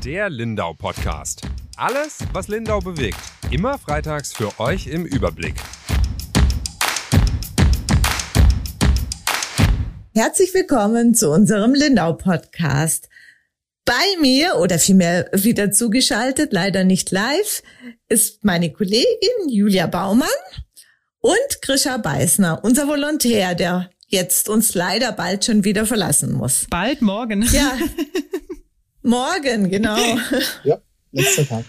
Der Lindau-Podcast. Alles, was Lindau bewegt. Immer freitags für euch im Überblick. Herzlich willkommen zu unserem Lindau-Podcast. Bei mir, oder vielmehr wieder zugeschaltet, leider nicht live, ist meine Kollegin Julia Baumann und Grisha Beißner, unser Volontär, der jetzt uns leider bald schon wieder verlassen muss. Bald morgen. Ja, morgen, genau. Ja, letzter Tag.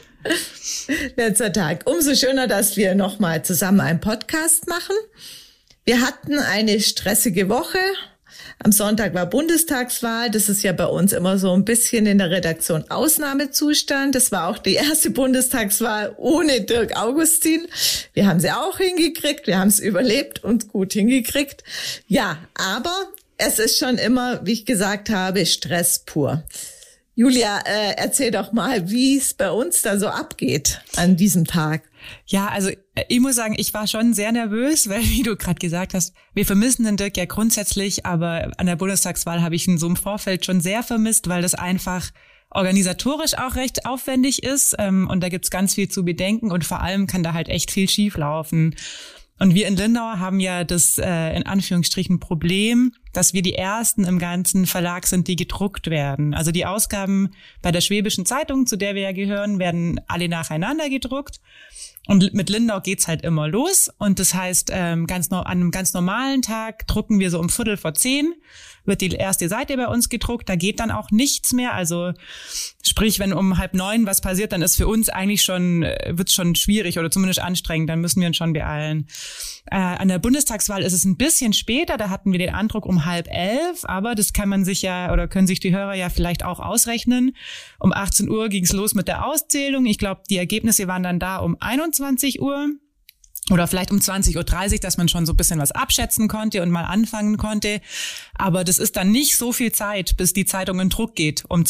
Letzter Tag. Umso schöner, dass wir nochmal zusammen einen Podcast machen. Wir hatten eine stressige Woche. Am Sonntag war Bundestagswahl. Das ist ja bei uns immer so ein bisschen in der Redaktion Ausnahmezustand. Das war auch die erste Bundestagswahl ohne Dirk Augustin. Wir haben sie auch hingekriegt. Wir haben es überlebt und gut hingekriegt. Ja, aber es ist schon immer, wie ich gesagt habe, Stress pur. Julia, erzähl doch mal, wie es bei uns da so abgeht an diesem Tag. Ja, also ich muss sagen, ich war schon sehr nervös, weil, wie du gerade gesagt hast, wir vermissen den Dirk ja grundsätzlich, aber an der Bundestagswahl habe ich ihn so im Vorfeld schon sehr vermisst, weil das einfach organisatorisch auch recht aufwendig ist und da gibt's ganz viel zu bedenken und vor allem kann da halt echt viel schief laufen. Und wir in Lindau haben ja das in Anführungsstrichen Problem, dass wir die ersten im ganzen Verlag sind, die gedruckt werden. Also die Ausgaben bei der Schwäbischen Zeitung, zu der wir ja gehören, werden alle nacheinander gedruckt. Und mit Lindau geht's halt immer los. Und das heißt, an einem ganz normalen Tag drucken wir so um 9:45, wird die erste Seite bei uns gedruckt. Da geht dann auch nichts mehr. Also sprich, wenn um 8:30 was passiert, dann ist für uns eigentlich wird's schon schwierig oder zumindest anstrengend. Dann müssen wir uns schon beeilen. An der Bundestagswahl ist es ein bisschen später. Da hatten wir den Andruck um 10:30. Aber das kann man sich ja oder können sich die Hörer ja vielleicht auch ausrechnen. Um 18 Uhr ging's los mit der Auszählung. Ich glaube, die Ergebnisse waren dann da um 21 Uhr. Oder vielleicht um 20:30 Uhr, dass man schon so ein bisschen was abschätzen konnte und mal anfangen konnte. Aber das ist dann nicht so viel Zeit, bis die Zeitung in Druck geht um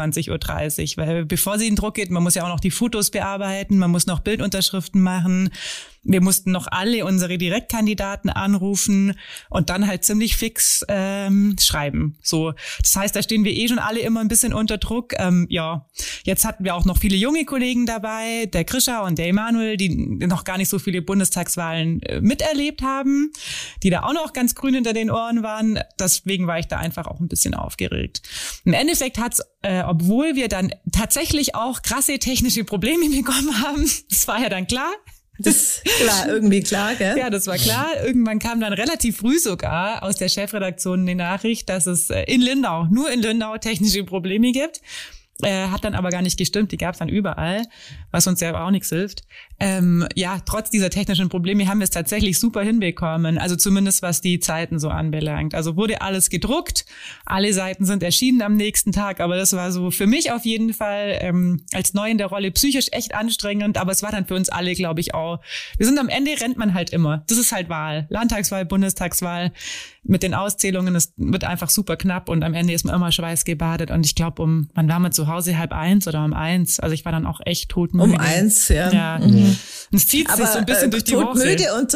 22:30 Uhr. Weil bevor sie in Druck geht, man muss ja auch noch die Fotos bearbeiten, man muss noch Bildunterschriften machen. Wir mussten noch alle unsere Direktkandidaten anrufen und dann halt ziemlich fix schreiben. So, das heißt, da stehen wir schon alle immer ein bisschen unter Druck. Ja, jetzt hatten wir auch noch viele junge Kollegen dabei, der Grisha und der Emanuel, die noch gar nicht so viele Bundestagswahlen miterlebt haben, die da auch noch ganz grün hinter den Ohren waren. Deswegen war ich da einfach auch ein bisschen aufgeregt. Im Endeffekt hat's, obwohl wir dann tatsächlich auch krasse technische Probleme bekommen haben, das war ja dann klar. Das war irgendwie klar, gell? Ja, das war klar. Irgendwann kam dann relativ früh sogar aus der Chefredaktion die Nachricht, dass es nur in Lindau technische Probleme gibt. Hat dann aber gar nicht gestimmt, die gab es dann überall, was uns ja auch nichts hilft. Ja, trotz dieser technischen Probleme haben wir es tatsächlich super hinbekommen, also zumindest was die Zeiten so anbelangt. Also wurde alles gedruckt, alle Seiten sind erschienen am nächsten Tag, aber das war so für mich auf jeden Fall als neu in der Rolle psychisch echt anstrengend, aber es war dann für uns alle, glaube ich, auch. Wir sind am Ende, rennt man halt immer. Das ist halt Wahl, Landtagswahl, Bundestagswahl. Mit den Auszählungen, es wird einfach super knapp und am Ende ist man immer schweißgebadet und ich glaube wann war man zu Hause, 12:30 oder um 1? Also ich war dann auch echt totmüde. Um 1, ja. Ja. Mhm. Und es zieht sich so ein bisschen durch die Woche. Todmüde und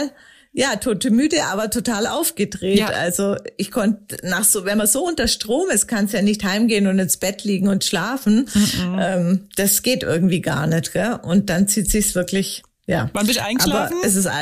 todmüde, aber total aufgedreht. Ja. Also ich konnte wenn man so unter Strom ist, kannst ja nicht heimgehen und ins Bett liegen und schlafen. Mhm. Das geht irgendwie gar nicht, gell? Und dann zieht sich's wirklich, ja. Wann bist du eingeschlafen? Aber es ist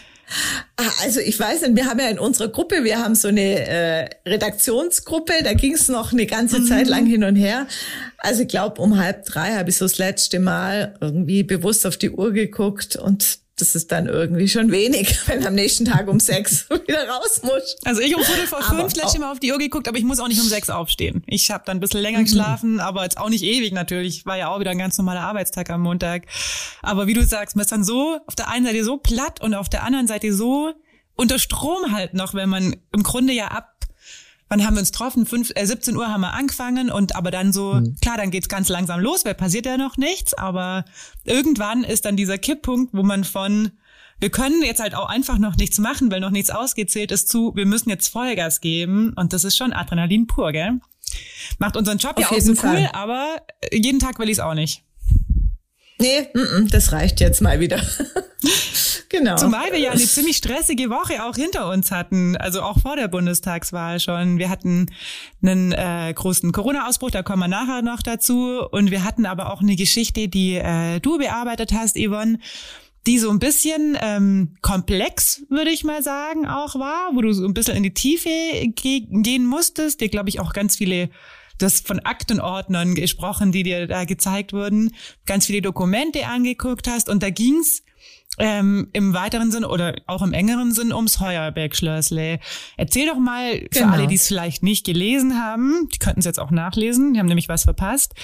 also ich weiß nicht, wir haben ja in unserer Gruppe, wir haben so eine Redaktionsgruppe, da ging es noch eine ganze Zeit lang hin und her. Also ich glaube, um 2:30 habe ich so das letzte Mal irgendwie bewusst auf die Uhr geguckt und das ist dann irgendwie schon wenig, wenn am nächsten Tag um 6 wieder raus muss. Also ich um 4:45 letztes Mal auf die Uhr geguckt, aber ich muss auch nicht um 6 aufstehen. Ich habe dann ein bisschen länger geschlafen, aber jetzt auch nicht ewig natürlich. War ja auch wieder ein ganz normaler Arbeitstag am Montag. Aber wie du sagst, man ist dann so auf der einen Seite so platt und auf der anderen Seite so unter Strom halt noch, wenn man im Grunde ja wann haben wir uns getroffen? 17 Uhr haben wir angefangen aber dann so, klar, dann geht's ganz langsam los, weil passiert ja noch nichts, aber irgendwann ist dann dieser Kipppunkt, wo man wir können jetzt halt auch einfach noch nichts machen, weil noch nichts ausgezählt ist wir müssen jetzt Vollgas geben und das ist schon Adrenalin pur, gell? Macht unseren Job ja auch so cool, aber jeden Tag will ich es auch nicht. Nee, das reicht jetzt mal wieder. Genau. Zumal wir ja eine ziemlich stressige Woche auch hinter uns hatten, also auch vor der Bundestagswahl schon. Wir hatten einen großen Corona-Ausbruch, da kommen wir nachher noch dazu. Und wir hatten aber auch eine Geschichte, die du bearbeitet hast, Yvonne, die so ein bisschen komplex, würde ich mal sagen, auch war, wo du so ein bisschen in die Tiefe gehen musstest, dir, glaube ich, auch ganz viele, du hast von Aktenordnern gesprochen, die dir da gezeigt wurden, ganz viele Dokumente angeguckt hast und da ging's im weiteren Sinn oder auch im engeren Sinn ums Heuerberg-Schlössle. Erzähl doch mal für alle, die es vielleicht nicht gelesen haben, die könnten es jetzt auch nachlesen, die haben nämlich was verpasst,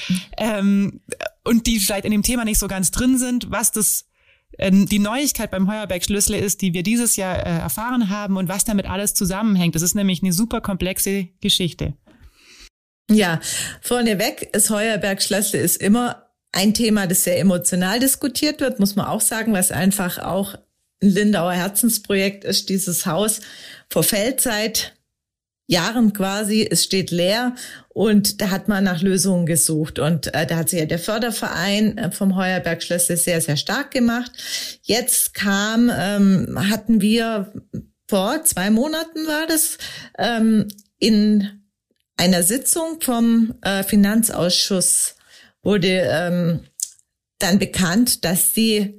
und die vielleicht in dem Thema nicht so ganz drin sind, was das die Neuigkeit beim Heuerberg-Schlössle ist, die wir dieses Jahr erfahren haben und was damit alles zusammenhängt. Das ist nämlich eine super komplexe Geschichte. Ja, vorneweg, das Heuerberg-Schlössle ist immer ein Thema, das sehr emotional diskutiert wird, muss man auch sagen, was einfach auch ein Lindauer Herzensprojekt ist. Dieses Haus verfällt seit Jahren quasi, es steht leer und da hat man nach Lösungen gesucht und da hat sich ja der Förderverein vom Heuerberg-Schlössle sehr, sehr stark gemacht. Jetzt hatten wir vor 2 Monaten war das, in einer Sitzung vom Finanzausschuss wurde dann bekannt, dass die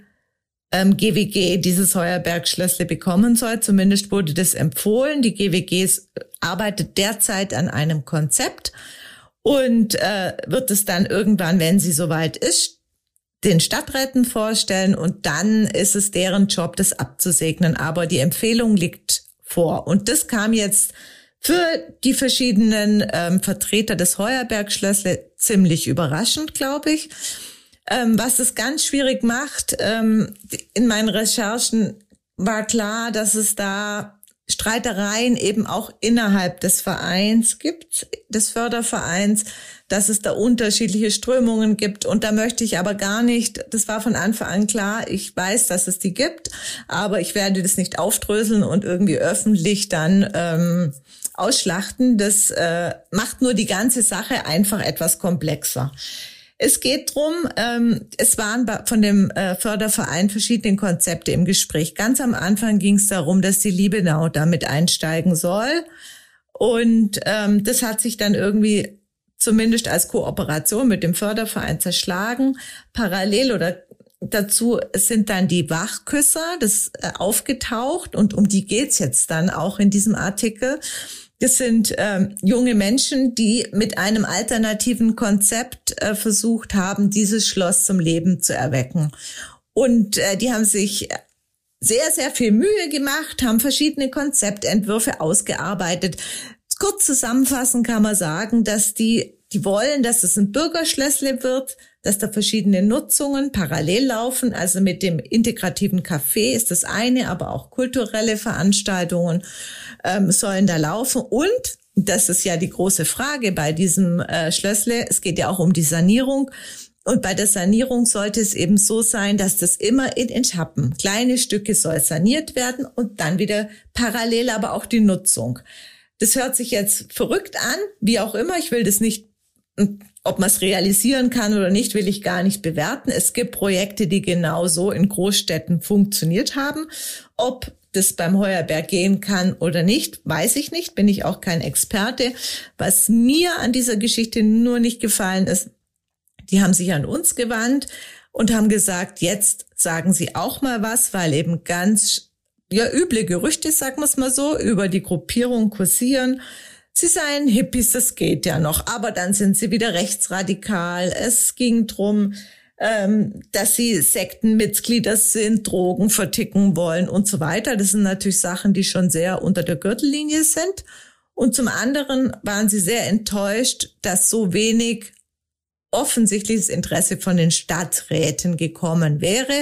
GWG dieses Heuerberg-Schlössle bekommen soll. Zumindest wurde das empfohlen. Die GWG arbeitet derzeit an einem Konzept und wird es dann irgendwann, wenn sie soweit ist, den Stadträten vorstellen und dann ist es deren Job, das abzusegnen. Aber die Empfehlung liegt vor. Und das kam jetzt für die verschiedenen Vertreter des Heuerberg-Schlössle ziemlich überraschend, glaube ich. Was es ganz schwierig macht, in meinen Recherchen war klar, dass es da Streitereien eben auch innerhalb des Vereins gibt, des Fördervereins, dass es da unterschiedliche Strömungen gibt. Und da möchte ich aber gar nicht, das war von Anfang an klar, ich weiß, dass es die gibt, aber ich werde das nicht aufdröseln und irgendwie öffentlich dann ausschlachten. Das macht nur die ganze Sache einfach etwas komplexer. Es geht drum, es waren von dem Förderverein verschiedene Konzepte im Gespräch. Ganz am Anfang ging es darum, dass die Liebenau damit einsteigen soll. Und das hat sich dann irgendwie zumindest als Kooperation mit dem Förderverein zerschlagen. Parallel oder dazu sind dann die Wachküsser, das aufgetaucht und um die geht's jetzt dann auch in diesem Artikel. Das sind junge Menschen, die mit einem alternativen Konzept versucht haben, dieses Schloss zum Leben zu erwecken. Und die haben sich sehr, sehr viel Mühe gemacht, haben verschiedene Konzeptentwürfe ausgearbeitet. Kurz zusammenfassend kann man sagen, dass die wollen, dass es ein Bürgerschlössle wird, dass da verschiedene Nutzungen parallel laufen. Also mit dem integrativen Café ist das eine, aber auch kulturelle Veranstaltungen sollen da laufen. Und, das ist ja die große Frage bei diesem Schlössle, es geht ja auch um die Sanierung. Und bei der Sanierung sollte es eben so sein, dass das immer in Etappen, kleine Stücke soll saniert werden und dann wieder parallel aber auch die Nutzung. Das hört sich jetzt verrückt an, wie auch immer. Ich will das nicht, ob man es realisieren kann oder nicht, will ich gar nicht bewerten. Es gibt Projekte, die genauso in Großstädten funktioniert haben. Ob das beim Heuerberg gehen kann oder nicht, weiß ich nicht, bin ich auch kein Experte. Was mir an dieser Geschichte nur nicht gefallen ist, die haben sich an uns gewandt und haben gesagt, jetzt sagen sie auch mal was, weil eben ganz üble Gerüchte, sagen wir es mal so, über die Gruppierung kursieren. Sie seien Hippies, das geht ja noch, aber dann sind sie wieder rechtsradikal. Es ging drum, dass sie Sektenmitglieder sind, Drogen verticken wollen und so weiter. Das sind natürlich Sachen, die schon sehr unter der Gürtellinie sind. Und zum anderen waren sie sehr enttäuscht, dass so wenig offensichtliches Interesse von den Stadträten gekommen wäre.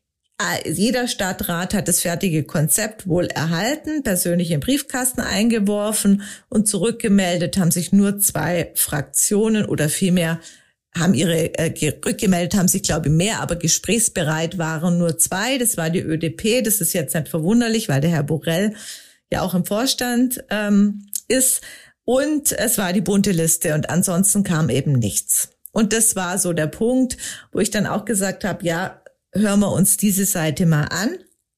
Jeder Stadtrat hat das fertige Konzept wohl erhalten, persönlich im Briefkasten eingeworfen und zurückgemeldet haben sich nur 2 Fraktionen oder vielmehr haben rückgemeldet haben sich, glaube ich, mehr, aber gesprächsbereit waren nur 2. Das war die ÖDP, das ist jetzt nicht verwunderlich, weil der Herr Borrell ja auch im Vorstand ist. Und es war die bunte Liste und ansonsten kam eben nichts. Und das war so der Punkt, wo ich dann auch gesagt habe, ja, hören wir uns diese Seite mal an,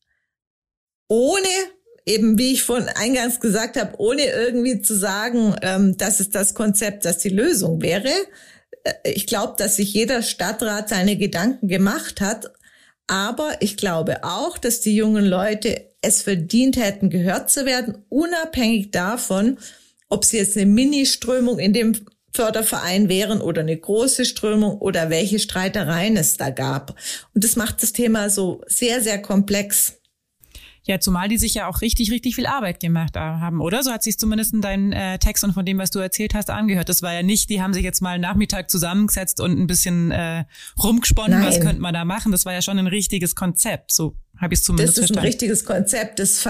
ohne eben, wie ich von eingangs gesagt habe, ohne irgendwie zu sagen, das ist das Konzept, das die Lösung wäre. Ich glaube, dass sich jeder Stadtrat seine Gedanken gemacht hat, aber ich glaube auch, dass die jungen Leute es verdient hätten, gehört zu werden, unabhängig davon, ob sie jetzt eine Mini-Strömung in dem Förderverein wären oder eine große Strömung oder welche Streitereien es da gab. Und das macht das Thema so sehr, sehr komplex. Ja, zumal die sich ja auch richtig, richtig viel Arbeit gemacht haben, oder? So hat sich zumindest in deinen Text und von dem, was du erzählt hast, angehört. Das war ja nicht, die haben sich jetzt mal einen Nachmittag zusammengesetzt und ein bisschen rumgesponnen, was könnte man da machen. Das war ja schon ein richtiges Konzept, so habe ich es zumindest verstanden. Das ist ein richtiges Konzept, das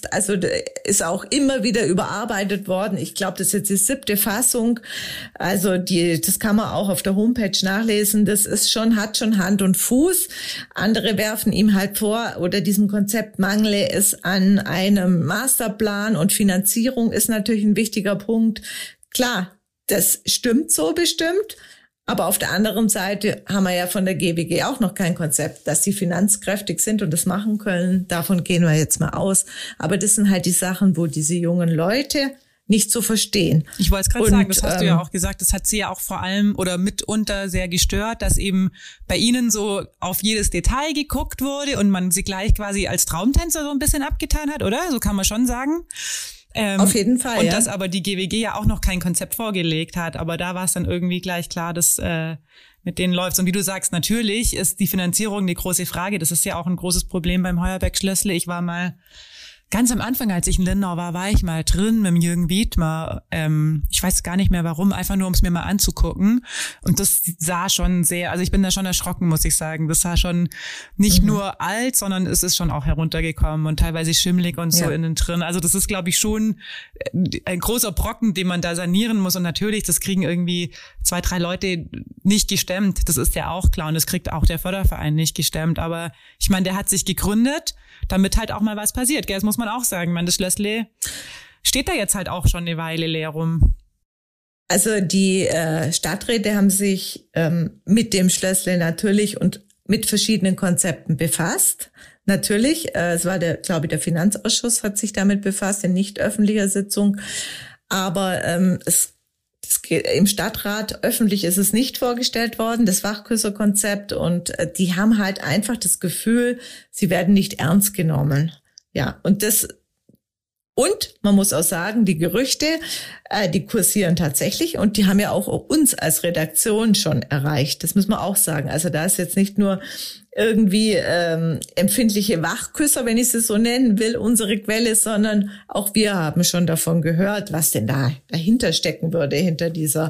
ist auch immer wieder überarbeitet worden. Ich glaube, das ist jetzt die 7. Fassung. Also das kann man auch auf der Homepage nachlesen. Das hat schon Hand und Fuß. Andere werfen ihm halt vor, oder diesem Konzept mangle es an einem Masterplan, und Finanzierung ist natürlich ein wichtiger Punkt. Klar, das stimmt so bestimmt. Aber auf der anderen Seite haben wir ja von der GWG auch noch kein Konzept, dass sie finanzkräftig sind und das machen können. Davon gehen wir jetzt mal aus. Aber das sind halt die Sachen, wo diese jungen Leute nicht so verstehen. Ich wollte es gerade sagen, das hast du ja auch gesagt, das hat sie ja auch vor allem oder mitunter sehr gestört, dass eben bei ihnen so auf jedes Detail geguckt wurde und man sie gleich quasi als Traumtänzer so ein bisschen abgetan hat, oder? So kann man schon sagen. Auf jeden Fall, und dass aber die GWG ja auch noch kein Konzept vorgelegt hat, aber da war es dann irgendwie gleich klar, dass mit denen läuft's. Und wie du sagst, natürlich ist die Finanzierung die große Frage. Das ist ja auch ein großes Problem beim Heuerberg-Schlössle. Ich war mal ganz am Anfang, als ich in Lindau war ich mal drin mit dem Jürgen Wiedmer. Ich weiß gar nicht mehr warum, einfach nur, um es mir mal anzugucken. Und das sah schon sehr, also ich bin da schon erschrocken, muss ich sagen. Das sah schon nicht nur alt, sondern es ist schon auch heruntergekommen und teilweise schimmelig und so innen drin. Also das ist, glaube ich, schon ein großer Brocken, den man da sanieren muss. Und natürlich, das kriegen irgendwie 2, 3 Leute nicht gestemmt. Das ist ja auch klar. Und das kriegt auch der Förderverein nicht gestemmt. Aber ich meine, der hat sich gegründet, damit halt auch mal was passiert. Gell? Das muss man auch sagen. Ich meine, das Schlössle steht da jetzt halt auch schon eine Weile leer rum. Also die Stadträte haben sich mit dem Schlössle natürlich und mit verschiedenen Konzepten befasst. Natürlich, es war der Finanzausschuss hat sich damit befasst, in nicht öffentlicher Sitzung. Aber im Stadtrat öffentlich ist es nicht vorgestellt worden, das Wachküsserkonzept. Und die haben halt einfach das Gefühl, sie werden nicht ernst genommen. Ja, und man muss auch sagen, die Gerüchte, die kursieren tatsächlich und die haben ja auch uns als Redaktion schon erreicht. Das muss man auch sagen. Also da ist jetzt nicht nur irgendwie empfindliche Wachküsser, wenn ich sie so nennen will, unsere Quelle, sondern auch wir haben schon davon gehört, was denn da dahinter stecken würde, hinter dieser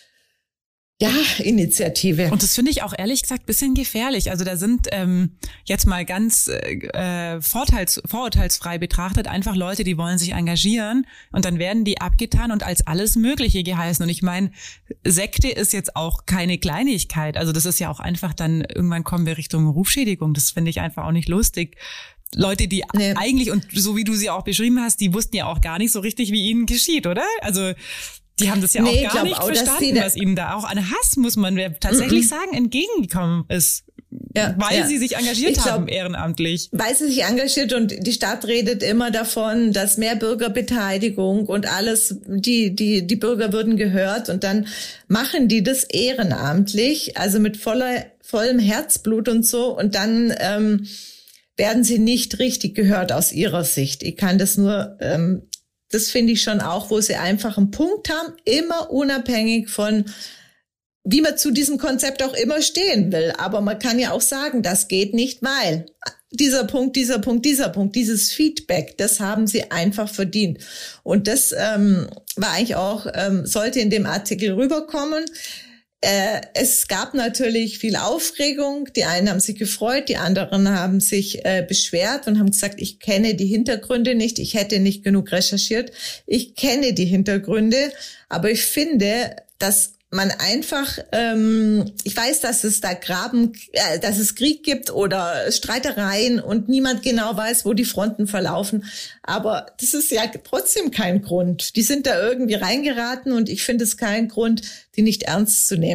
Initiative. Und das finde ich auch ehrlich gesagt ein bisschen gefährlich. Also da sind jetzt mal ganz vorurteilsfrei betrachtet einfach Leute, die wollen sich engagieren und dann werden die abgetan und als alles Mögliche geheißen. Und ich meine, Sekte ist jetzt auch keine Kleinigkeit. Also das ist ja auch einfach dann, irgendwann kommen wir Richtung Rufschädigung. Das finde ich einfach auch nicht lustig. Leute, die eigentlich, und so wie du sie auch beschrieben hast, die wussten ja auch gar nicht so richtig, wie ihnen geschieht, oder? Also die haben das ja auch gar nicht verstanden, was ihnen da auch an Hass, muss man tatsächlich sagen, entgegengekommen ist. Weil sie sich engagiert haben ehrenamtlich. Weil sie sich engagiert und die Stadt redet immer davon, dass mehr Bürgerbeteiligung und alles, die Bürger würden gehört und dann machen die das ehrenamtlich, also mit vollem Herzblut und so und dann werden sie nicht richtig gehört aus ihrer Sicht. Ich kann das nur das finde ich schon auch, wo sie einfach einen Punkt haben, immer unabhängig von, wie man zu diesem Konzept auch immer stehen will. Aber man kann ja auch sagen, das geht nicht, weil dieser Punkt, dieses Feedback, das haben sie einfach verdient. Und das war eigentlich auch, sollte in dem Artikel rüberkommen. Es gab natürlich viel Aufregung. Die einen haben sich gefreut, die anderen haben sich beschwert und haben gesagt, ich kenne die Hintergründe nicht, ich hätte nicht genug recherchiert. Ich kenne die Hintergründe, aber ich finde, dass man einfach, ich weiß, dass es da dass es Krieg gibt oder Streitereien und niemand genau weiß, wo die Fronten verlaufen. Aber das ist ja trotzdem kein Grund. Die sind da irgendwie reingeraten und ich finde es kein Grund, die nicht ernst zu nehmen.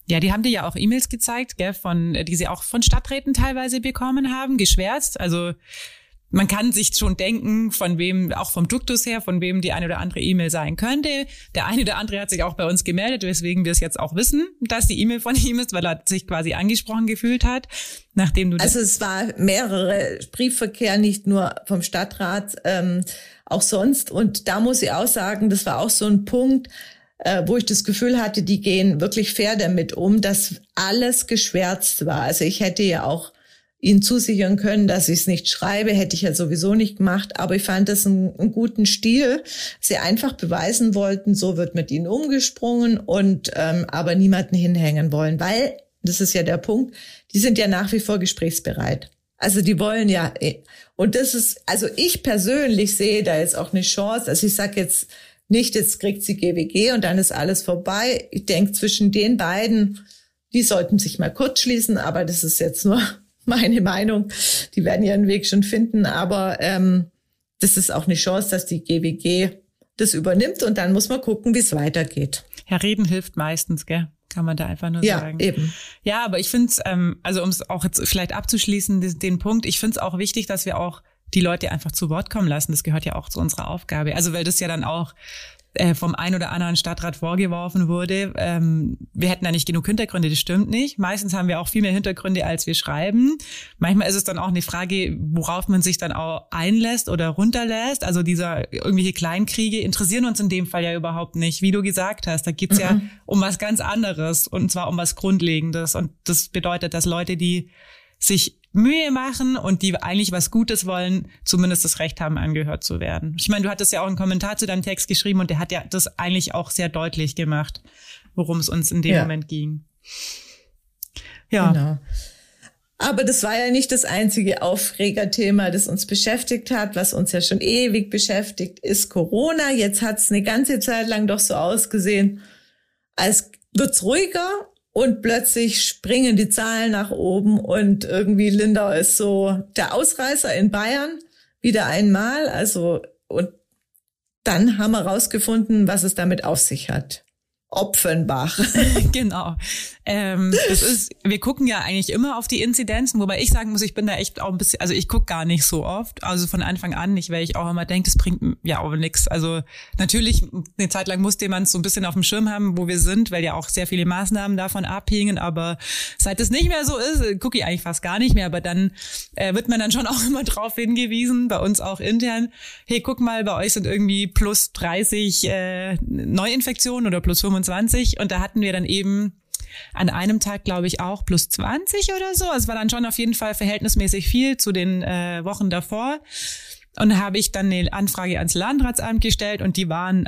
Ja, die haben dir ja auch E-Mails gezeigt, gell, die sie auch von Stadträten teilweise bekommen haben, geschwärzt. Also man kann sich schon denken, von wem, auch vom Duktus her, von wem die eine oder andere E-Mail sein könnte. Der eine oder andere hat sich auch bei uns gemeldet, weswegen wir es jetzt auch wissen, dass die E-Mail von ihm ist, weil er sich quasi angesprochen gefühlt hat, nachdem du... Also es war mehrere Briefverkehr, nicht nur vom Stadtrat, auch sonst. Und da muss ich auch sagen, das war auch so ein Punkt, wo ich das Gefühl hatte, die gehen wirklich fair damit um, dass alles geschwärzt war. Also ich hätte ja auch Ihnen zusichern können, dass ich es nicht schreibe, hätte ich ja sowieso nicht gemacht. Aber ich fand das einen guten Stil. Sie einfach beweisen wollten, so wird mit ihnen umgesprungen und aber niemanden hinhängen wollen. Weil, das ist ja der Punkt, die sind ja nach wie vor gesprächsbereit. Also die wollen ja, und das ist, also ich persönlich sehe da jetzt auch eine Chance. Also ich sage jetzt nicht, jetzt kriegt sie GWG und dann ist alles vorbei. Ich denke, zwischen den beiden, die sollten sich mal kurz schließen, aber das ist jetzt nur meine Meinung. Die werden ihren Weg schon finden, aber das ist auch eine Chance, dass die GWG das übernimmt und dann muss man gucken, wie es weitergeht. Ja, reden hilft meistens, gell? Kann man da einfach nur sagen. Ja, eben. Ja, aber ich finde es, also um es auch jetzt vielleicht abzuschließen, den Punkt, ich finde es auch wichtig, dass wir auch die Leute einfach zu Wort kommen lassen. Das gehört ja auch zu unserer Aufgabe. Also weil das ja dann auch vom ein oder anderen Stadtrat vorgeworfen wurde, wir hätten da nicht genug Hintergründe, das stimmt nicht. Meistens haben wir auch viel mehr Hintergründe, als wir schreiben. Manchmal ist es dann auch eine Frage, worauf man sich dann auch einlässt oder runterlässt. Also irgendwelche Kleinkriege interessieren uns in dem Fall ja überhaupt nicht. Wie du gesagt hast, da geht's ja um was ganz anderes und zwar um was Grundlegendes. Und das bedeutet, dass Leute, die sich Mühe machen und die eigentlich was Gutes wollen, zumindest das Recht haben, angehört zu werden. Ich meine, du hattest ja auch einen Kommentar zu deinem Text geschrieben und der hat ja das eigentlich auch sehr deutlich gemacht, worum es uns in dem Moment ging. Ja. Genau. Aber das war ja nicht das einzige Aufregerthema, das uns beschäftigt hat. Was uns ja schon ewig beschäftigt, ist Corona. Jetzt hat es eine ganze Zeit lang doch so ausgesehen, als wird's ruhiger. Und plötzlich springen die Zahlen nach oben und irgendwie Lindau ist so der Ausreißer in Bayern wieder einmal. Also, und dann haben wir rausgefunden, was es damit auf sich hat. Opfenbach. Genau. Wir gucken ja eigentlich immer auf die Inzidenzen, wobei ich sagen muss, ich bin da echt auch ein bisschen, also ich gucke gar nicht so oft, also von Anfang an nicht, weil ich auch immer denke, das bringt ja auch nichts. Also natürlich, eine Zeit lang musste man es so ein bisschen auf dem Schirm haben, wo wir sind, weil ja auch sehr viele Maßnahmen davon abhängen, aber seit es nicht mehr so ist, gucke ich eigentlich fast gar nicht mehr, aber dann wird man dann schon auch immer drauf hingewiesen, bei uns auch intern, hey, guck mal, bei euch sind irgendwie plus 30 Neuinfektionen oder plus 25 und da hatten wir dann eben an einem Tag, glaube ich, auch plus 20 oder so. Es war dann schon auf jeden Fall verhältnismäßig viel zu den Wochen davor. Und da habe ich dann eine Anfrage ans Landratsamt gestellt und die waren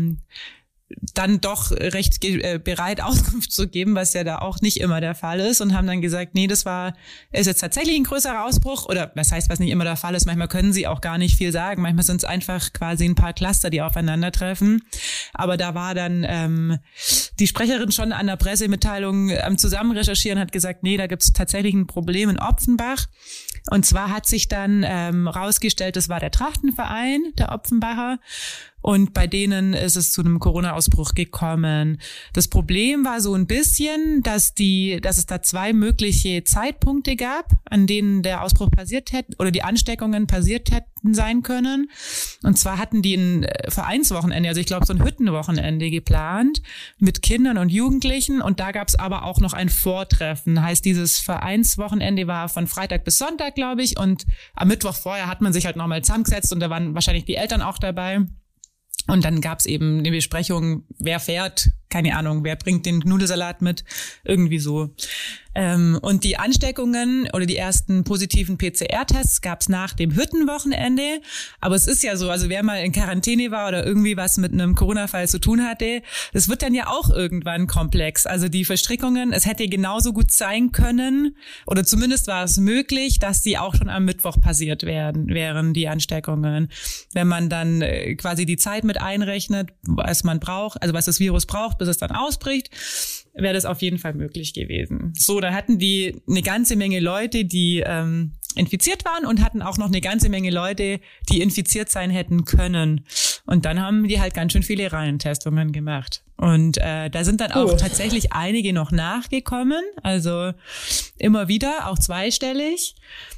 dann doch recht bereit, Auskunft zu geben, was ja da auch nicht immer der Fall ist und haben dann gesagt, nee, ist jetzt tatsächlich ein größerer Ausbruch oder was heißt, was nicht immer der Fall ist, manchmal können sie auch gar nicht viel sagen, manchmal sind es einfach quasi ein paar Cluster, die aufeinandertreffen, aber da war dann die Sprecherin schon an der Pressemitteilung am Zusammenrecherchieren, hat gesagt, nee, da gibt es tatsächlich ein Problem in Opfenbach und zwar hat sich dann rausgestellt, das war der Trachtenverein, der Opfenbacher. Und bei denen ist es zu einem Corona-Ausbruch gekommen. Das Problem war so ein bisschen, dass es da 2 mögliche Zeitpunkte gab, an denen der Ausbruch passiert hätte oder die Ansteckungen passiert hätten sein können. Und zwar hatten die ein Vereinswochenende, also ich glaube so ein Hüttenwochenende geplant mit Kindern und Jugendlichen. Und da gab es aber auch noch ein Vortreffen. Heißt, dieses Vereinswochenende war von Freitag bis Sonntag, glaube ich. Und am Mittwoch vorher hat man sich halt nochmal zusammengesetzt und da waren wahrscheinlich die Eltern auch dabei. Und dann gab's eben eine Besprechung, wer fährt, keine Ahnung, wer bringt den Nudelsalat mit, irgendwie so. Und die Ansteckungen oder die ersten positiven PCR-Tests gab's nach dem Hüttenwochenende. Aber es ist ja so, also wer mal in Quarantäne war oder irgendwie was mit einem Corona-Fall zu tun hatte, das wird dann ja auch irgendwann komplex. Also die Verstrickungen, es hätte genauso gut sein können oder zumindest war es möglich, dass die auch schon am Mittwoch passiert wären die Ansteckungen. Wenn man dann quasi die Zeit mit einrechnet, was man braucht, also was das Virus braucht, bis es dann ausbricht, wäre das auf jeden Fall möglich gewesen. So, da hatten die eine ganze Menge Leute, die infiziert waren und hatten auch noch eine ganze Menge Leute, die infiziert sein hätten können. Und dann haben die halt ganz schön viele Reihenttestungen gemacht. Und da sind dann auch tatsächlich einige noch nachgekommen, also immer wieder, auch zweistellig.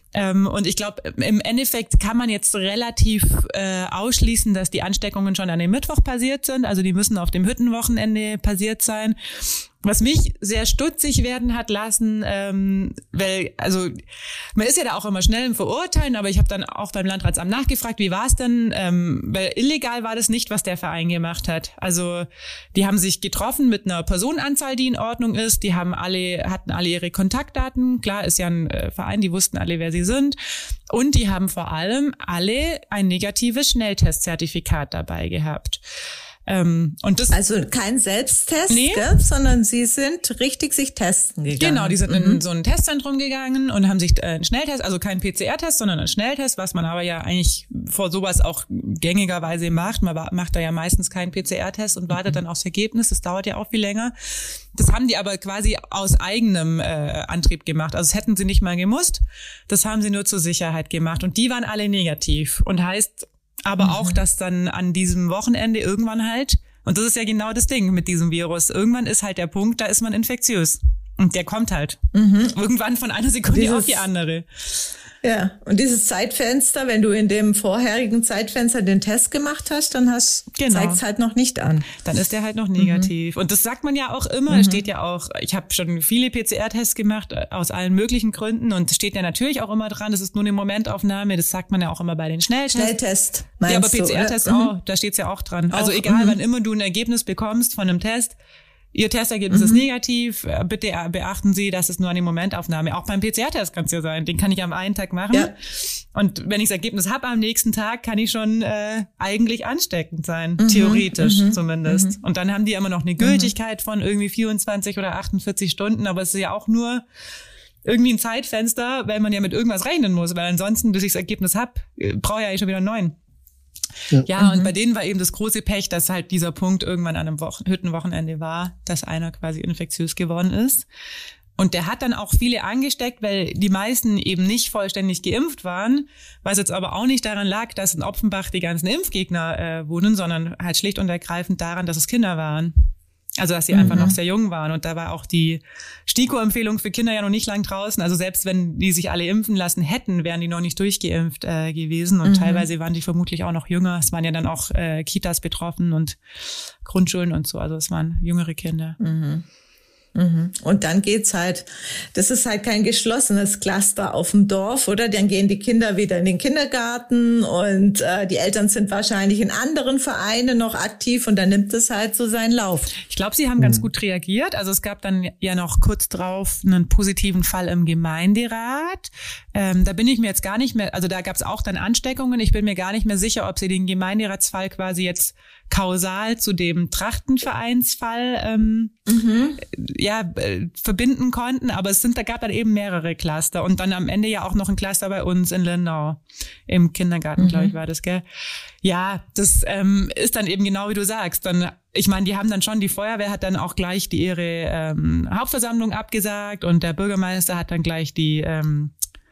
Und ich glaube, im Endeffekt kann man jetzt relativ ausschließen, dass die Ansteckungen schon an dem Mittwoch passiert sind. Also die müssen auf dem Hüttenwochenende passiert sein. Was mich sehr stutzig werden hat lassen, weil, also man ist ja da auch immer schnell im Verurteilen, aber ich habe dann auch beim Landratsamt nachgefragt, wie war es denn, weil illegal war das nicht, was der Verein gemacht hat. Also die haben sich getroffen mit einer Personenanzahl, die in Ordnung ist, die hatten alle ihre Kontaktdaten, klar, ist ja ein Verein, die wussten alle, wer sie sind, und die haben vor allem alle ein negatives Schnelltestzertifikat dabei gehabt. Und das, also kein Selbsttest, nee, sondern sie sind richtig sich testen gegangen. Genau, die sind in so ein Testzentrum gegangen und haben sich einen Schnelltest, also kein PCR-Test, sondern einen Schnelltest, was man aber ja eigentlich vor sowas auch gängigerweise macht. Man macht da ja meistens keinen PCR-Test und wartet dann aufs Ergebnis. Das dauert ja auch viel länger. Das haben die aber quasi aus eigenem Antrieb gemacht. Also das hätten sie nicht mal gemusst. Das haben sie nur zur Sicherheit gemacht. Und die waren alle negativ. Und heißt aber auch, dass dann an diesem Wochenende irgendwann halt, und das ist ja genau das Ding mit diesem Virus, irgendwann ist halt der Punkt, da ist man infektiös. Und der kommt halt. Irgendwann von einer Sekunde auf die andere. Ja, und dieses Zeitfenster, wenn du in dem vorherigen Zeitfenster den Test gemacht hast, dann zeigt's halt noch nicht an. Dann ist der halt noch negativ. Und das sagt man ja auch immer, es steht ja auch, ich habe schon viele PCR-Tests gemacht, aus allen möglichen Gründen, und es steht ja natürlich auch immer dran, das ist nur eine Momentaufnahme, das sagt man ja auch immer bei den Schnelltests. Schnelltest, ja, aber PCR-Tests auch, da steht's ja auch dran. Also egal, wann immer du ein Ergebnis bekommst von einem Test, Ihr Testergebnis ist negativ, bitte beachten Sie, dass es nur eine Momentaufnahme, auch beim PCR-Test kann es ja sein, den kann ich am einen Tag machen. Ja. Und wenn ich das Ergebnis habe am nächsten Tag, kann ich schon eigentlich ansteckend sein, theoretisch zumindest. Und dann haben die immer noch eine Gültigkeit von irgendwie 24 oder 48 Stunden, aber es ist ja auch nur irgendwie ein Zeitfenster, weil man ja mit irgendwas rechnen muss, weil ansonsten, bis ich das Ergebnis habe, brauche ich ja schon wieder einen neuen. Ja, und bei denen war eben das große Pech, dass halt dieser Punkt irgendwann an einem Hüttenwochenende war, dass einer quasi infektiös geworden ist. Und der hat dann auch viele angesteckt, weil die meisten eben nicht vollständig geimpft waren, was jetzt aber auch nicht daran lag, dass in Opfenbach die ganzen Impfgegner wohnen, sondern halt schlicht und ergreifend daran, dass es Kinder waren. Also, dass sie einfach noch sehr jung waren. Und da war auch die STIKO-Empfehlung für Kinder ja noch nicht lang draußen. Also selbst wenn die sich alle impfen lassen hätten, wären die noch nicht durchgeimpft gewesen. Und teilweise waren die vermutlich auch noch jünger. Es waren ja dann auch Kitas betroffen und Grundschulen und so. Also es waren jüngere Kinder. Und dann geht's halt, das ist halt kein geschlossenes Cluster auf dem Dorf, oder? Dann gehen die Kinder wieder in den Kindergarten und die Eltern sind wahrscheinlich in anderen Vereinen noch aktiv und dann nimmt es halt so seinen Lauf. Ich glaube, sie haben ganz gut reagiert. Also es gab dann ja noch kurz drauf einen positiven Fall im Gemeinderat. Da bin ich mir jetzt gar nicht mehr, also da gab's auch dann Ansteckungen. Ich bin mir gar nicht mehr sicher, ob sie den Gemeinderatsfall quasi jetzt kausal zu dem Trachtenvereinsfall verbinden konnten, aber da gab dann eben mehrere Cluster und dann am Ende ja auch noch ein Cluster bei uns in Lindau im Kindergarten, glaube ich, war das, gell? Ja, das ist dann eben genau wie du sagst. Dann, ich meine, die haben dann schon, die Feuerwehr hat dann auch gleich ihre Hauptversammlung abgesagt und der Bürgermeister hat dann gleich den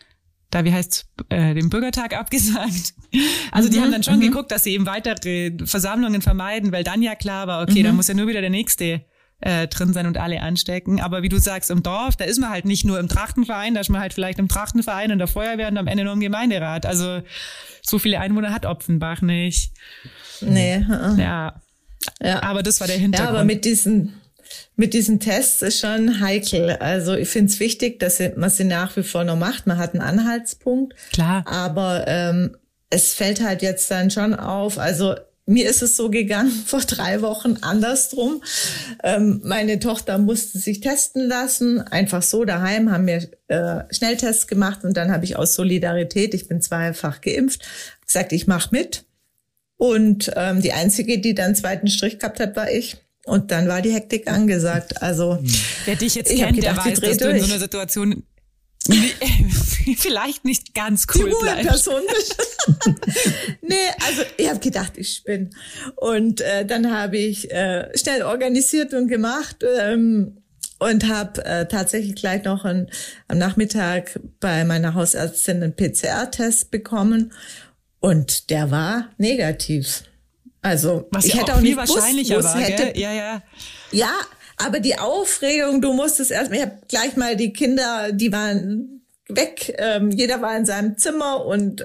Bürgertag abgesagt. Also die haben dann schon geguckt, dass sie eben weitere Versammlungen vermeiden, weil dann ja klar war, okay, da muss ja nur wieder der Nächste drin sein und alle anstecken. Aber wie du sagst, im Dorf, da ist man halt nicht nur im Trachtenverein, da ist man halt vielleicht im Trachtenverein und der Feuerwehr und am Ende nur im Gemeinderat. Also so viele Einwohner hat Opfenbach nicht. Nee. Ja. Aber das war der Hintergrund. Ja, aber mit diesen Tests ist schon heikel. Also ich finde es wichtig, dass man sie nach wie vor noch macht. Man hat einen Anhaltspunkt. Klar. Aber es fällt halt jetzt dann schon auf. Also mir ist es so gegangen vor 3 Wochen andersrum. Meine Tochter musste sich testen lassen. Einfach so daheim haben wir Schnelltests gemacht. Und dann habe ich aus Solidarität, ich bin 2-fach geimpft, gesagt, ich mache mit. Und die Einzige, die dann 2. Strich gehabt hat, war ich. Und dann war die Hektik angesagt. Also wer dich jetzt kennt, gedacht, der weiß, dass du in so einer Situation vielleicht nicht ganz cool die bleibst. Person bist. Nee, also ich habe gedacht, ich spinne. Und dann habe ich schnell organisiert und gemacht und habe tatsächlich gleich noch am Nachmittag bei meiner Hausärztin einen PCR-Test bekommen und der war negativ. Also was ich ja hätte auch auch viel nicht wahrscheinlicher gewusst, war, hätte, gell? Ja. Ja, aber die Aufregung, du musstest erstmal, ich habe gleich mal die Kinder, die waren weg, jeder war in seinem Zimmer und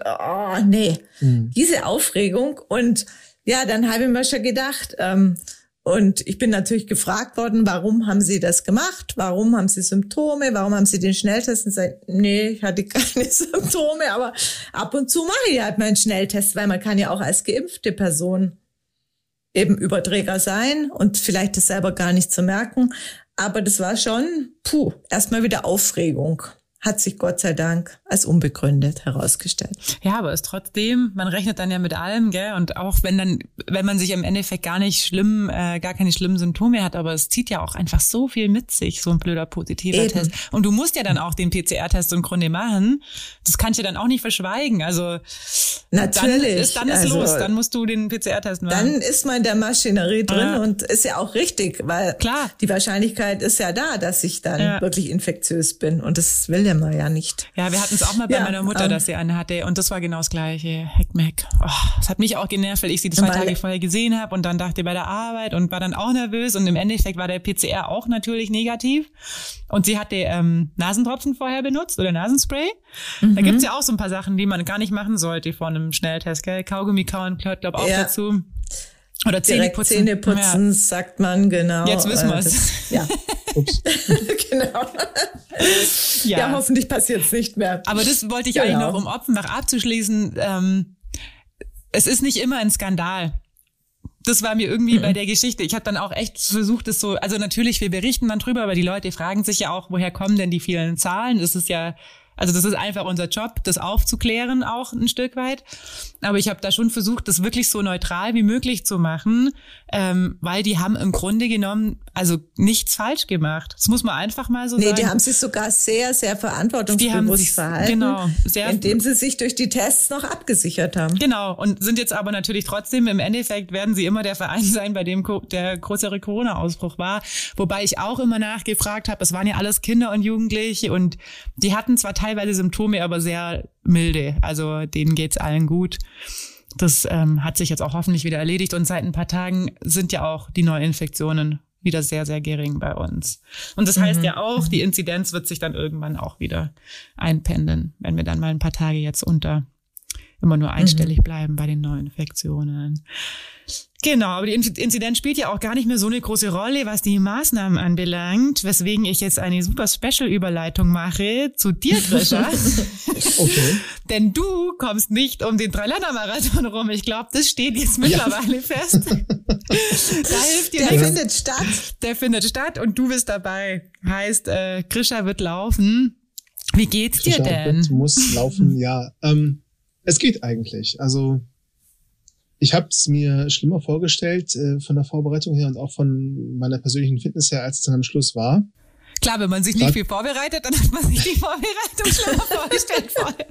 diese Aufregung. Und ja, dann habe ich mir schon gedacht, und ich bin natürlich gefragt worden, warum haben Sie das gemacht? Warum haben Sie Symptome? Warum haben Sie den Schnelltest? Und ich nee, ich hatte keine Symptome, aber ab und zu mache ich halt mal einen Schnelltest, weil man kann ja auch als geimpfte Person eben Überträger sein und vielleicht das selber gar nicht zu merken. Aber das war schon, erstmal wieder Aufregung. Hat sich Gott sei Dank als unbegründet herausgestellt. Ja, aber ist trotzdem, man rechnet dann ja mit allem, gell? Und auch wenn man sich im Endeffekt gar keine schlimmen Symptome hat, aber es zieht ja auch einfach so viel mit sich, so ein blöder positiver Test. Und du musst ja dann auch den PCR-Test im Grunde machen. Das kannst du dann auch nicht verschweigen. Also natürlich. Dann ist los, dann musst du den PCR-Test machen. Dann ist man in der Maschinerie drin und ist ja auch richtig, weil klar, die Wahrscheinlichkeit ist ja da, dass ich dann wirklich infektiös bin. Und das will man ja nicht. Ja, wir hatten es auch mal bei meiner Mutter, dass sie eine hatte und das war genau das Gleiche. Heckmeck. Das hat mich auch genervt, weil ich sie 2 Tage vorher gesehen habe und dann dachte bei der Arbeit und war dann auch nervös und im Endeffekt war der PCR auch natürlich negativ und sie hatte Nasentropfen vorher benutzt oder Nasenspray. Da gibt's ja auch so ein paar Sachen, die man gar nicht machen sollte vor einem Schnelltest, gell? Kaugummi kauen gehört, glaube ich, auch dazu. Oder Zähneputzen, sagt man, genau. Jetzt wissen wir es. Ja. Ups. Genau. Ja, hoffentlich passiert es nicht mehr. Aber das wollte ich eigentlich noch, um Offenbach abzuschließen. Es ist nicht immer ein Skandal. Das war mir irgendwie bei der Geschichte. Ich habe dann auch echt versucht, es so, also natürlich, wir berichten dann drüber, aber die Leute fragen sich ja auch, woher kommen denn die vielen Zahlen? Das ist einfach unser Job, das aufzuklären auch ein Stück weit. Aber ich habe da schon versucht, das wirklich so neutral wie möglich zu machen, weil die haben im Grunde genommen also nichts falsch gemacht. Das muss man einfach mal so sagen. Nee, die haben sich sogar sehr, sehr verantwortungsbewusst verhalten, genau, indem sie sich durch die Tests noch abgesichert haben. Genau, und sind jetzt aber natürlich trotzdem, im Endeffekt werden sie immer der Verein sein, bei dem der größere Corona-Ausbruch war. Wobei ich auch immer nachgefragt habe, es waren ja alles Kinder und Jugendliche und die hatten zwar teilweise Symptome, aber sehr milde. Also denen geht's allen gut. Das hat sich jetzt auch hoffentlich wieder erledigt und seit ein paar Tagen sind ja auch die Neuinfektionen wieder sehr, sehr gering bei uns. Und das heißt ja auch, die Inzidenz wird sich dann irgendwann auch wieder einpendeln, wenn wir dann mal ein paar Tage jetzt immer nur einstellig bleiben bei den Neuinfektionen. Genau, aber die Inzidenz spielt ja auch gar nicht mehr so eine große Rolle, was die Maßnahmen anbelangt, weswegen ich jetzt eine super Special-Überleitung mache zu dir, Grisha. Okay. Denn du kommst nicht um den Dreiländermarathon rum. Ich glaube, das steht jetzt mittlerweile fest. Da hilft dir Der findet statt. Der findet statt und du bist dabei. Heißt, Grisha wird laufen. Wie geht's dir denn? Muss laufen, ja. Es geht eigentlich. Also ich habe es mir schlimmer vorgestellt von der Vorbereitung her und auch von meiner persönlichen Fitness her, als es dann am Schluss war. Klar, wenn man sich nicht viel vorbereitet, dann hat man sich die Vorbereitung schlimmer vorgestellt vorher.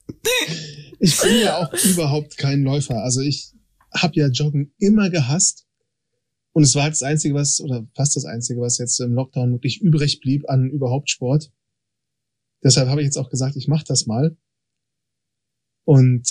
Ich bin ja auch überhaupt kein Läufer. Also ich habe ja Joggen immer gehasst und es war halt das Einzige, fast das Einzige, was jetzt im Lockdown wirklich übrig blieb an überhaupt Sport. Deshalb habe ich jetzt auch gesagt, ich mache das mal. Und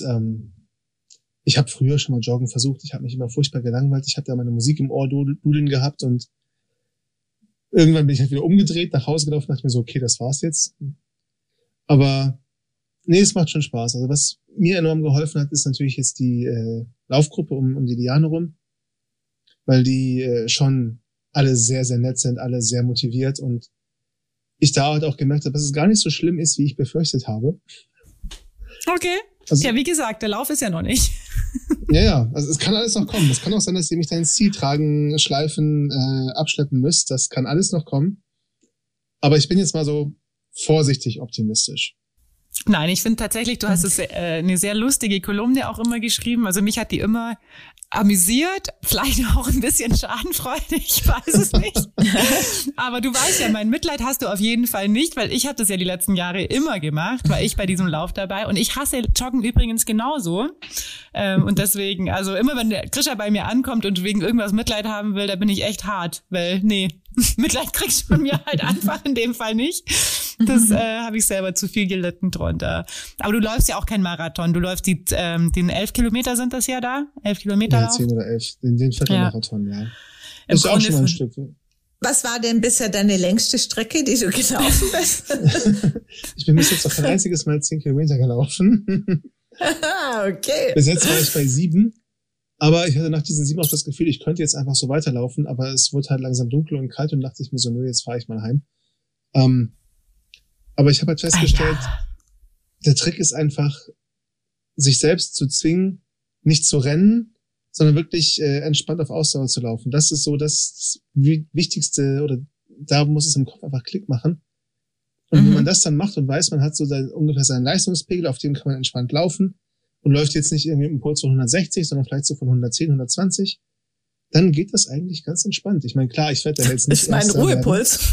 ich habe früher schon mal Joggen versucht. Ich habe mich immer furchtbar gelangweilt. Ich hatte da meine Musik im Ohr dudeln gehabt und irgendwann bin ich halt wieder umgedreht, nach Hause gelaufen und dachte mir so, okay, das war's jetzt. Aber nee, es macht schon Spaß. Also was mir enorm geholfen hat, ist natürlich jetzt die Laufgruppe um die Liane rum, weil die schon alle sehr, sehr nett sind, alle sehr motiviert und ich da halt auch gemerkt habe, dass es gar nicht so schlimm ist, wie ich befürchtet habe. Okay. Also, ja, wie gesagt, der Lauf ist ja noch nicht. Ja, also es kann alles noch kommen. Es kann auch sein, dass ihr mich da ins Ziel tragen, schleifen, abschleppen müsst. Das kann alles noch kommen. Aber ich bin jetzt mal so vorsichtig optimistisch. Nein, ich finde tatsächlich, du hast eine sehr lustige Kolumne auch immer geschrieben. Also mich hat die immer amüsiert, vielleicht auch ein bisschen schadenfreudig, ich weiß es nicht. Aber du weißt ja, mein Mitleid hast du auf jeden Fall nicht, weil ich habe das ja die letzten Jahre immer gemacht, war ich bei diesem Lauf dabei. Und ich hasse Joggen übrigens genauso. Und deswegen, also immer wenn der Grisha bei mir ankommt und wegen irgendwas Mitleid haben will, da bin ich echt hart. Weil, nee, Mitleid kriegst du von mir halt einfach in dem Fall nicht. Das habe ich selber zu viel gelitten drunter. Aber du läufst ja auch kein Marathon. Du läufst den 11 Kilometer sind das ja da? 11 Kilometer Ja, 10 oder 11. Den Viertelmarathon, ja. Das ist auch schon mal ein Stück. Was war denn bisher deine längste Strecke, die du gelaufen bist? Ich bin bis jetzt noch kein einziges Mal 10 Kilometer gelaufen. Okay. Bis jetzt war ich bei 7. Aber ich hatte nach diesen 7 auch das Gefühl, ich könnte jetzt einfach so weiterlaufen, aber es wurde halt langsam dunkel und kalt und dachte ich mir so, nö, jetzt fahre ich mal heim. Aber ich habe halt festgestellt, der Trick ist einfach, sich selbst zu zwingen, nicht zu rennen, sondern wirklich entspannt auf Ausdauer zu laufen. Das ist so das Wichtigste, oder da muss es im Kopf einfach Klick machen. Und wenn man das dann macht und weiß, man hat so ungefähr seinen Leistungspegel, auf dem kann man entspannt laufen und läuft jetzt nicht irgendwie mit einem Puls von 160, sondern vielleicht so von 110, 120, dann geht das eigentlich ganz entspannt. Ich meine, klar, ich werde da jetzt nicht. Das ist mein Ruhepuls.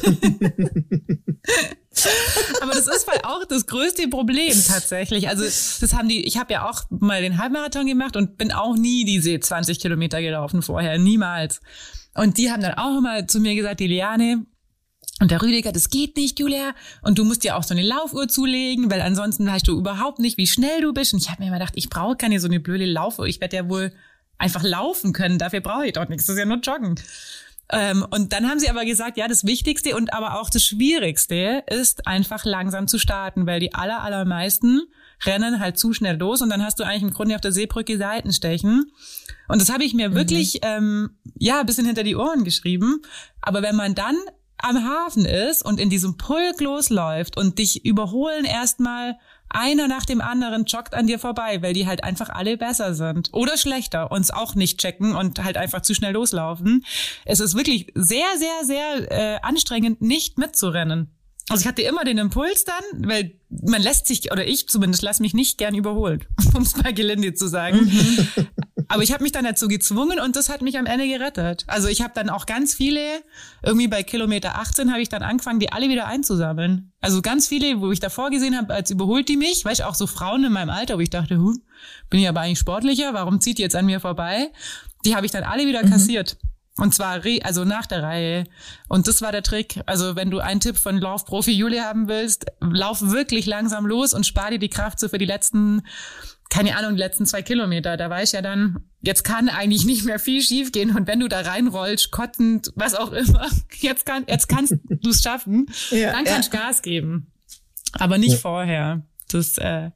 Aber das ist halt auch das größte Problem tatsächlich. Also ich habe ja auch mal den Halbmarathon gemacht und bin auch nie diese 20 Kilometer gelaufen vorher, niemals. Und die haben dann auch immer zu mir gesagt, die Liane und der Rüdiger, das geht nicht, Julia. Und du musst dir auch so eine Laufuhr zulegen, weil ansonsten weißt du überhaupt nicht, wie schnell du bist. Und ich habe mir immer gedacht, ich brauche keine so eine blöde Laufuhr. Ich werde ja wohl einfach laufen können. Dafür brauche ich doch nichts. Das ist ja nur Joggen. Und dann haben sie aber gesagt, ja, das Wichtigste und aber auch das Schwierigste ist einfach langsam zu starten, weil die allermeisten rennen halt zu schnell los und dann hast du eigentlich im Grunde auf der Seebrücke Seitenstechen. Und das habe ich mir wirklich, ein bisschen hinter die Ohren geschrieben. Aber wenn man dann am Hafen ist und in diesem Pulk losläuft und dich überholen erstmal einer nach dem anderen joggt an dir vorbei, weil die halt einfach alle besser sind oder schlechter, uns auch nicht checken und halt einfach zu schnell loslaufen. Es ist wirklich sehr, sehr, sehr anstrengend, nicht mitzurennen. Also ich hatte immer den Impuls dann, weil man lässt sich, oder ich zumindest, lasse mich nicht gern überholen, um es mal gelinde zu sagen. Aber ich habe mich dann dazu gezwungen und das hat mich am Ende gerettet. Also ich habe dann auch ganz viele, irgendwie bei Kilometer 18 habe ich dann angefangen, die alle wieder einzusammeln. Also ganz viele, wo ich davor gesehen habe, als überholt die mich, weißt du, auch so Frauen in meinem Alter, wo ich dachte, bin ich aber eigentlich sportlicher, warum zieht die jetzt an mir vorbei? Die habe ich dann alle wieder kassiert. Und zwar nach der Reihe. Und das war der Trick. Also wenn du einen Tipp von Laufprofi Julia haben willst, lauf wirklich langsam los und spar dir die Kraft so für die letzten 2 Kilometer. Da weiß ich ja dann, jetzt kann eigentlich nicht mehr viel schiefgehen. Und wenn du da reinrollst, kotzend, was auch immer, jetzt kannst du es schaffen. Dann kannst du Gas geben. Aber nicht vorher. Das,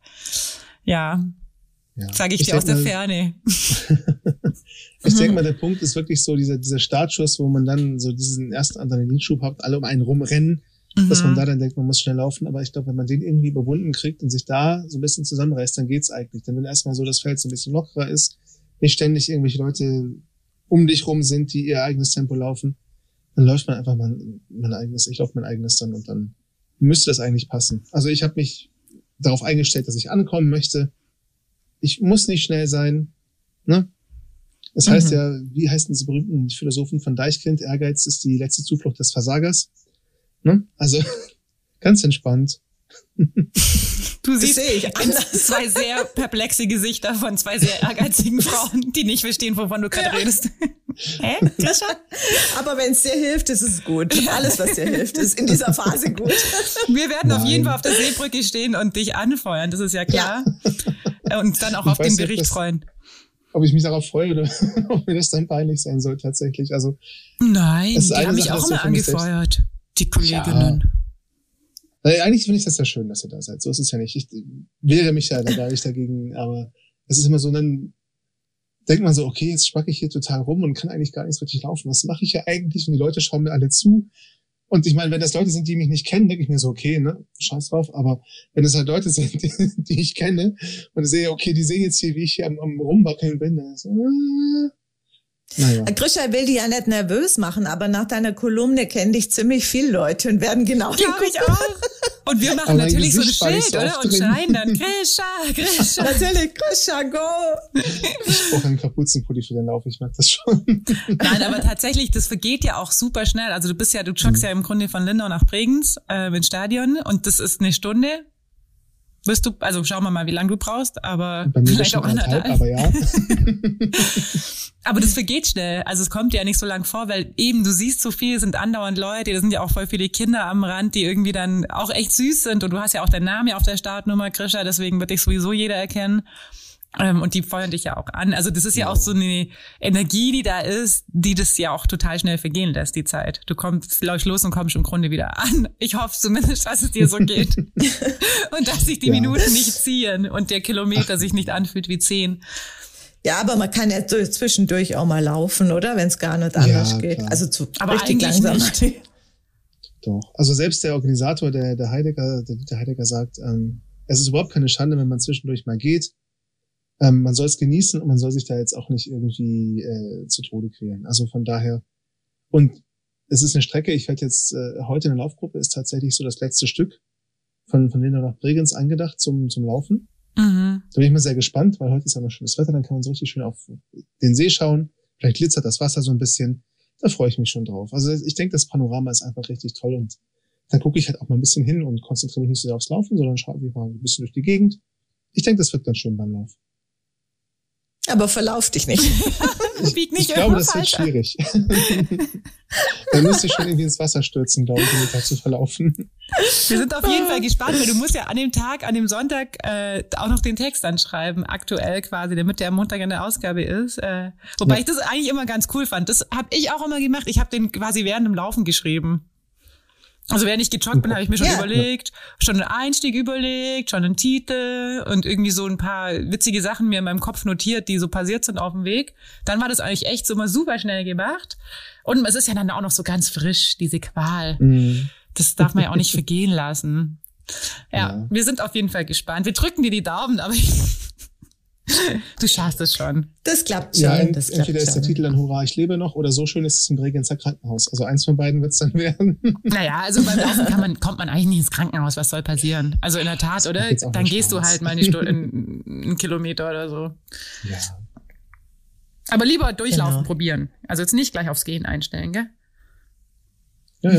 sage ich dir aus der Ferne. Ich denke mal, der Punkt ist wirklich so dieser Startschuss, wo man dann so diesen ersten Adrenalinschub hat, alle um einen rumrennen, dass man da dann denkt, man muss schnell laufen. Aber ich glaube, wenn man den irgendwie überwunden kriegt und sich da so ein bisschen zusammenreißt, dann geht's eigentlich. Denn wenn erstmal so das Feld so ein bisschen lockerer ist, nicht ständig irgendwelche Leute um dich rum sind, die ihr eigenes Tempo laufen, dann läuft man einfach ich laufe mein eigenes dann und dann müsste das eigentlich passen. Also ich habe mich darauf eingestellt, dass ich ankommen möchte. Ich muss nicht schnell sein, ne? Das heißt ja, wie heißen diese berühmten Philosophen von Deichkind? Ehrgeiz ist die letzte Zuflucht des Versagers. Ne? Also ganz entspannt. Du siehst 2 sehr perplexe Gesichter von 2 sehr ehrgeizigen Frauen, die nicht verstehen, wovon du gerade redest. Hä, Grisha? Aber wenn es dir hilft, ist es gut. Alles, was dir hilft, ist in dieser Phase gut. Wir werden auf jeden Fall auf der Seebrücke stehen und dich anfeuern, das ist ja klar. Ja. Und dann auch auf den Bericht freuen. Ob ich mich darauf freue oder ob mir das dann peinlich sein soll tatsächlich. Also nein, die haben mich auch immer angefeuert, die Kolleginnen. Ja. Eigentlich finde ich das ja schön, dass ihr da seid. So ist es ja nicht. Ich wehre mich ja da gar nicht dagegen, aber es ist immer so, dann denkt man so, okay, jetzt spacke ich hier total rum und kann eigentlich gar nicht richtig laufen. Was mache ich ja eigentlich? Und die Leute schauen mir alle zu. Und ich meine, wenn das Leute sind, die mich nicht kennen, denke ich mir so, okay, ne, scheiß drauf. Aber wenn es halt Leute sind, die ich kenne und ich sehe, okay, die sehen jetzt hier, wie ich hier am Rumwackeln bin, dann ist naja. Grisha will die ja nicht nervös machen, aber nach deiner Kolumne kennen dich ziemlich viele Leute und werden genau hingucken. Ich auch. Und wir machen natürlich so ein Schild, oder? Und schreien dann, Grisha. Natürlich, Grisha, go. Ich brauche einen Kapuzenpulli für den Lauf, ich mag das schon. Nein, aber tatsächlich, das vergeht ja auch super schnell. Also du joggst ja im Grunde von Lindau nach Bregenz ins Stadion und das ist eine Stunde. Also schauen wir mal, wie lange du brauchst, aber bei mir vielleicht auch anderthalb. Aber ja. Aber das vergeht schnell. Also es kommt ja nicht so lang vor, weil eben du siehst so viel, sind andauernd Leute, da sind ja auch voll viele Kinder am Rand, die irgendwie dann auch echt süß sind und du hast ja auch deinen Namen ja auf der Startnummer, Krischa, deswegen wird dich sowieso jeder erkennen. Und die feuern dich ja auch an. Also das ist ja auch so eine Energie, die da ist, die das ja auch total schnell vergehen lässt, die Zeit. Du kommst, glaube ich, los und kommst im Grunde wieder an. Ich hoffe zumindest, dass es dir so geht. Und dass sich die Minuten nicht ziehen und der Kilometer sich nicht anfühlt wie 10. Ja, aber man kann ja zwischendurch auch mal laufen, oder? Wenn es gar nicht anders geht. Klar. Also aber richtig langsam. Nicht. Doch. Also selbst der Organisator, der Dieter Heidegger sagt, es ist überhaupt keine Schande, wenn man zwischendurch mal geht. Man soll es genießen und man soll sich da jetzt auch nicht irgendwie zu Tode quälen. Also von daher. Und es ist eine Strecke, ich werde jetzt, heute in der Laufgruppe ist tatsächlich so das letzte Stück von Lindau nach Bregenz angedacht zum Laufen. Mhm. Da bin ich mal sehr gespannt, weil heute ist ja noch schönes Wetter, dann kann man so richtig schön auf den See schauen. Vielleicht glitzert das Wasser so ein bisschen. Da freue ich mich schon drauf. Also ich denke, das Panorama ist einfach richtig toll und dann gucke ich halt auch mal ein bisschen hin und konzentriere mich nicht so sehr aufs Laufen, sondern schaue einfach mal ein bisschen durch die Gegend. Ich denke, das wird ganz schön beim Lauf. Aber verlauf dich nicht. Ich glaube, das wird schwierig. Dann müsste ich schon irgendwie ins Wasser stürzen, glaube ich, um mich da zu verlaufen. Wir sind auf jeden Fall gespannt, weil du musst ja an dem Sonntag auch noch den Text anschreiben, aktuell quasi, damit der am Montag in der Ausgabe ist. Wobei ich das eigentlich immer ganz cool fand. Das habe ich auch immer gemacht. Ich habe den quasi während dem Laufen geschrieben. Also während ich gejoggt bin, habe ich mir schon überlegt, schon einen Einstieg überlegt, schon einen Titel und irgendwie so ein paar witzige Sachen mir in meinem Kopf notiert, die so passiert sind auf dem Weg. Dann war das eigentlich echt so mal super schnell gemacht. Und es ist ja dann auch noch so ganz frisch, diese Qual. Mhm. Das darf man ja auch nicht vergehen lassen. Ja, wir sind auf jeden Fall gespannt. Wir drücken dir die Daumen, aber du schaffst es schon. Das klappt schon. Ja, entweder ist der Titel dann Hurra, ich lebe noch oder so schön ist es im Bregenzer Krankenhaus. Also eins von beiden wird es dann werden. Naja, also beim Laufen kommt man eigentlich nicht ins Krankenhaus. Was soll passieren? Also in der Tat, oder? Dann gehst du halt mal eine Stunde, einen Kilometer oder so. Ja. Aber lieber durchlaufen probieren. Also jetzt nicht gleich aufs Gehen einstellen, gell? Ja.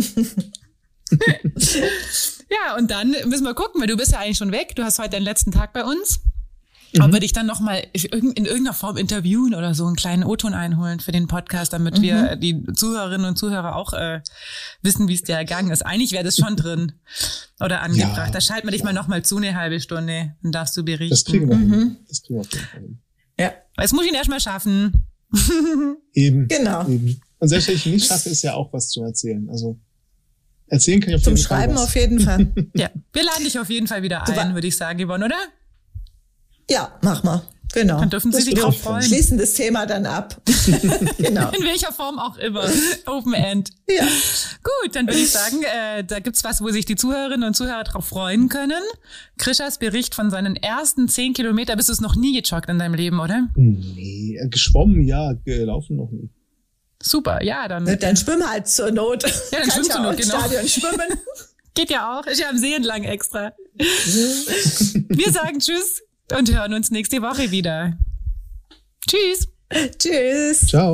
Ja, und dann müssen wir gucken, weil du bist ja eigentlich schon weg. Du hast heute deinen letzten Tag bei uns. Ob wir dich dann nochmal in irgendeiner Form interviewen oder so einen kleinen O-Ton einholen für den Podcast, damit wir die Zuhörerinnen und Zuhörer auch wissen, wie es dir ergangen ist. Eigentlich wäre das schon drin oder angebracht. Ja, da schalten wir dich mal nochmal zu, eine halbe Stunde, dann darfst du berichten. Das kriegen wir hin. Das kriegen wir auf jeden Fall hin. Ja. Das muss ich ihn erstmal schaffen. Eben. Genau. Eben. Und selbst wenn ich ihn nicht schaffe, ist ja auch was zu erzählen. Also erzählen kann ich auf jeden Fall. Zum Schreiben auf jeden Fall. Ja, wir laden dich auf jeden Fall wieder ein, würde ich sagen, Yvonne, oder? Ja, mach mal. Genau. Dann dürfen Sie sich drauf freuen. Schließen das Thema dann ab. Genau. In welcher Form auch immer. Open End. Ja. Gut, dann würde ich sagen, da gibt's was, wo sich die Zuhörerinnen und Zuhörer drauf freuen können. Krischas Bericht von seinen ersten 10 Kilometer. Bist du es noch nie gejoggt in deinem Leben, oder? Nee, geschwommen, ja, gelaufen noch nie. Super, ja, dann. Dann schwimm halt zur Not. Ja, dann schwimm zur Not, genau. Stadion schwimmen. Geht ja auch. Ist ja am See entlang extra. Wir sagen Tschüss und hören uns nächste Woche wieder. Tschüss. Tschüss. Ciao.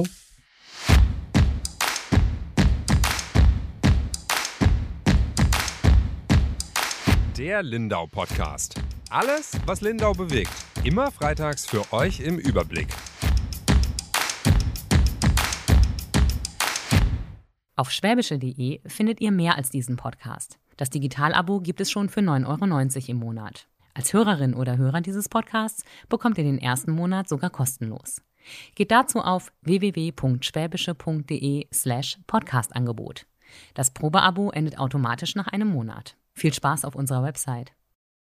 Der Lindau Podcast. Alles, was Lindau bewegt. Immer freitags für euch im Überblick. Auf schwäbische.de findet ihr mehr als diesen Podcast. Das Digitalabo gibt es schon für 9,90 € im Monat. Als Hörerin oder Hörer dieses Podcasts bekommt ihr den ersten Monat sogar kostenlos. Geht dazu auf www.schwäbische.de/Podcastangebot. Das Probeabo endet automatisch nach einem Monat. Viel Spaß auf unserer Website.